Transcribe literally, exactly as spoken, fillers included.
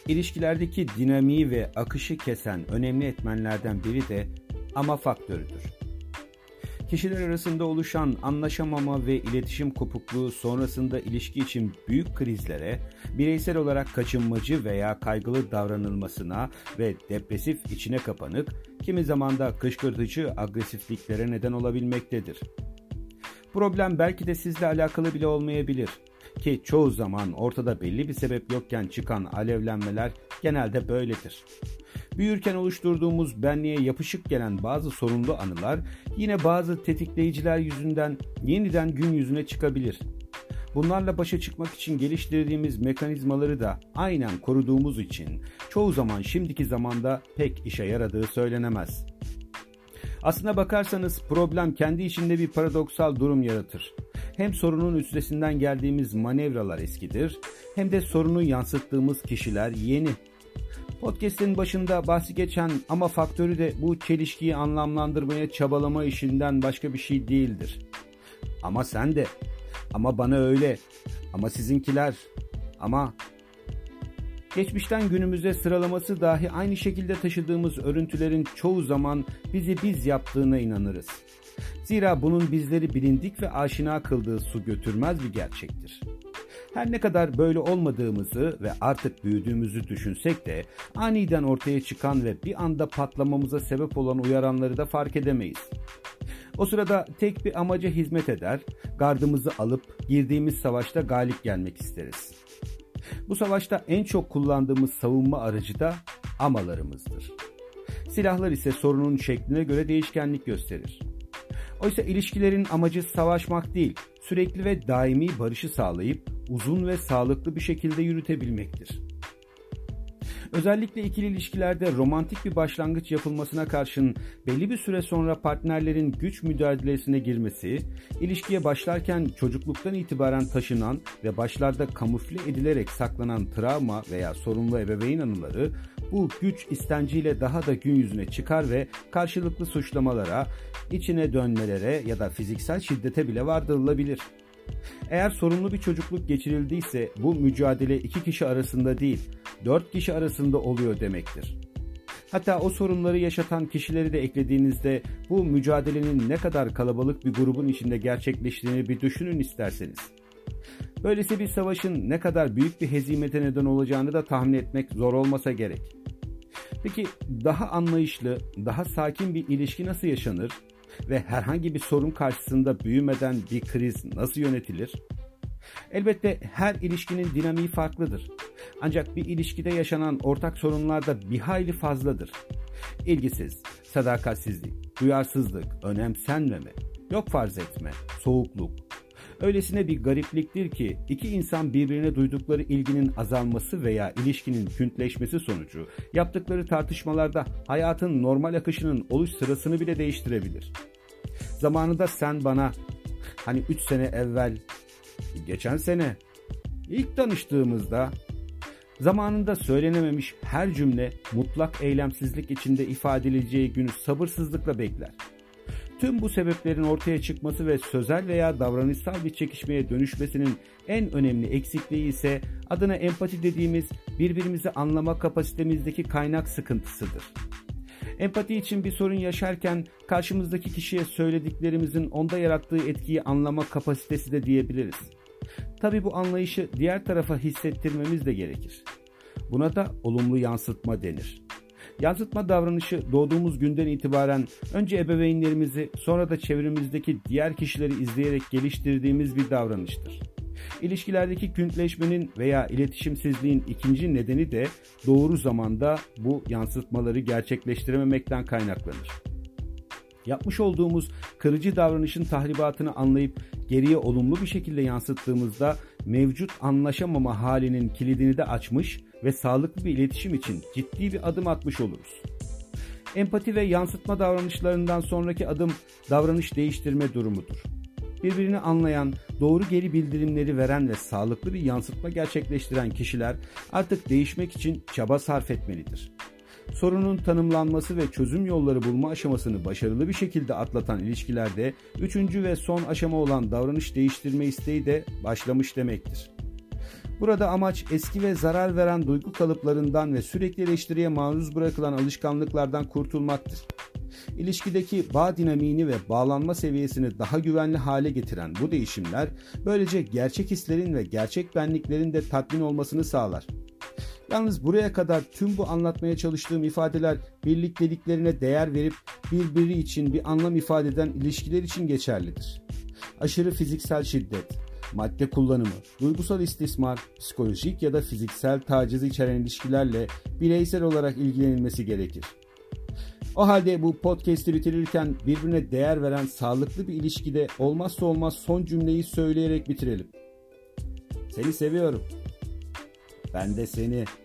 İlişkilerdeki dinamiği ve akışı kesen önemli etmenlerden biri de ama faktörüdür. Kişiler arasında oluşan anlaşamama ve iletişim kopukluğu sonrasında ilişki için büyük krizlere, bireysel olarak kaçınmacı veya kaygılı davranılmasına ve depresif içine kapanık, kimi zaman da kışkırtıcı agresifliklere neden olabilmektedir. Problem belki de sizle alakalı bile olmayabilir ki çoğu zaman ortada belli bir sebep yokken çıkan alevlenmeler genelde böyledir. Büyürken oluşturduğumuz benliğe yapışık gelen bazı sorunlu anılar yine bazı tetikleyiciler yüzünden yeniden gün yüzüne çıkabilir. Bunlarla başa çıkmak için geliştirdiğimiz mekanizmaları da aynen koruduğumuz için çoğu zaman şimdiki zamanda pek işe yaradığı söylenemez. Aslına bakarsanız problem kendi içinde bir paradoksal durum yaratır. Hem sorunun üstesinden geldiğimiz manevralar eskidir, hem de sorunu yansıttığımız kişiler yeni. Podcast'in başında bahsi geçen ama faktörü de bu çelişkiyi anlamlandırmaya çabalama işinden başka bir şey değildir. Ama sen de, ama bana öyle, ama sizinkiler, ama... Geçmişten günümüze sıralaması dahi aynı şekilde taşıdığımız örüntülerin çoğu zaman bizi biz yaptığına inanırız. Zira bunun bizleri bilindik ve aşina kıldığı su götürmez bir gerçektir. Her ne kadar böyle olmadığımızı ve artık büyüdüğümüzü düşünsek de aniden ortaya çıkan ve bir anda patlamamıza sebep olan uyaranları da fark edemeyiz. O sırada tek bir amaca hizmet eder, gardımızı alıp girdiğimiz savaşta galip gelmek isteriz. Bu savaşta en çok kullandığımız savunma aracı da amalarımızdır. Silahlar ise sorunun şekline göre değişkenlik gösterir. Oysa ilişkilerin amacı savaşmak değil, sürekli ve daimi barışı sağlayıp uzun ve sağlıklı bir şekilde yürütebilmektir. Özellikle ikili ilişkilerde romantik bir başlangıç yapılmasına karşın belli bir süre sonra partnerlerin güç mücadelesine girmesi, ilişkiye başlarken çocukluktan itibaren taşınan ve başlarda kamufle edilerek saklanan travma veya sorunlu ebeveyn anıları bu güç istenciyle daha da gün yüzüne çıkar ve karşılıklı suçlamalara, içine dönmelere ya da fiziksel şiddete bile vardırılabilir. Eğer sorunlu bir çocukluk geçirildiyse bu mücadele iki kişi arasında değil, dört kişi arasında oluyor demektir. Hatta o sorunları yaşatan kişileri de eklediğinizde bu mücadelenin ne kadar kalabalık bir grubun içinde gerçekleştiğini bir düşünün isterseniz. Böylesi bir savaşın ne kadar büyük bir hezimete neden olacağını da tahmin etmek zor olmasa gerek. Peki daha anlayışlı, daha sakin bir ilişki nasıl yaşanır? Ve herhangi bir sorun karşısında büyümeden bir kriz nasıl yönetilir? Elbette her ilişkinin dinamiği farklıdır. Ancak bir ilişkide yaşanan ortak sorunlar da bir hayli fazladır. İlgisiz, sadakatsizlik, duyarsızlık, önemsenmeme, yok farz etme, soğukluk. Öylesine bir garipliktir ki iki insan birbirine duydukları ilginin azalması veya ilişkinin küntleşmesi sonucu yaptıkları tartışmalarda hayatın normal akışının oluş sırasını bile değiştirebilir. Zamanında sen bana hani üç sene evvel, geçen sene, ilk tanıştığımızda zamanında söylenememiş her cümle mutlak eylemsizlik içinde ifade edileceği günü sabırsızlıkla bekler. Tüm bu sebeplerin ortaya çıkması ve sözel veya davranışsal bir çekişmeye dönüşmesinin en önemli eksikliği ise adına empati dediğimiz birbirimizi anlama kapasitemizdeki kaynak sıkıntısıdır. Empati için bir sorun yaşarken karşımızdaki kişiye söylediklerimizin onda yarattığı etkiyi anlama kapasitesi de diyebiliriz. Tabii bu anlayışı diğer tarafa hissettirmemiz de gerekir. Buna da olumlu yansıtma denir. Yansıtma davranışı doğduğumuz günden itibaren önce ebeveynlerimizi sonra da çevremizdeki diğer kişileri izleyerek geliştirdiğimiz bir davranıştır. İlişkilerdeki küntleşmenin veya iletişimsizliğin ikinci nedeni de doğru zamanda bu yansıtmaları gerçekleştirememekten kaynaklanır. Yapmış olduğumuz kırıcı davranışın tahribatını anlayıp geriye olumlu bir şekilde yansıttığımızda mevcut anlaşamama halinin kilidini de açmış ve sağlıklı bir iletişim için ciddi bir adım atmış oluruz. Empati ve yansıtma davranışlarından sonraki adım davranış değiştirme durumudur. Birbirini anlayan, doğru geri bildirimleri veren ve sağlıklı bir yansıtma gerçekleştiren kişiler artık değişmek için çaba sarf etmelidir. Sorunun tanımlanması ve çözüm yolları bulma aşamasını başarılı bir şekilde atlatan ilişkilerde üçüncü ve son aşama olan davranış değiştirme isteği de başlamış demektir. Burada amaç eski ve zarar veren duygu kalıplarından ve sürekli eleştiriye maruz bırakılan alışkanlıklardan kurtulmaktır. İlişkideki bağ dinamiğini ve bağlanma seviyesini daha güvenli hale getiren bu değişimler böylece gerçek hislerin ve gerçek benliklerin de tatmin olmasını sağlar. Yalnız buraya kadar tüm bu anlatmaya çalıştığım ifadeler birlikteliklerine değer verip birbiri için bir anlam ifade eden ilişkiler için geçerlidir. Aşırı fiziksel şiddet, madde kullanımı, duygusal istismar, psikolojik ya da fiziksel taciz içeren ilişkilerle bireysel olarak ilgilenilmesi gerekir. O halde bu podcast'i bitirirken birbirine değer veren sağlıklı bir ilişkide olmazsa olmaz son cümleyi söyleyerek bitirelim. Seni seviyorum. Ben de seni.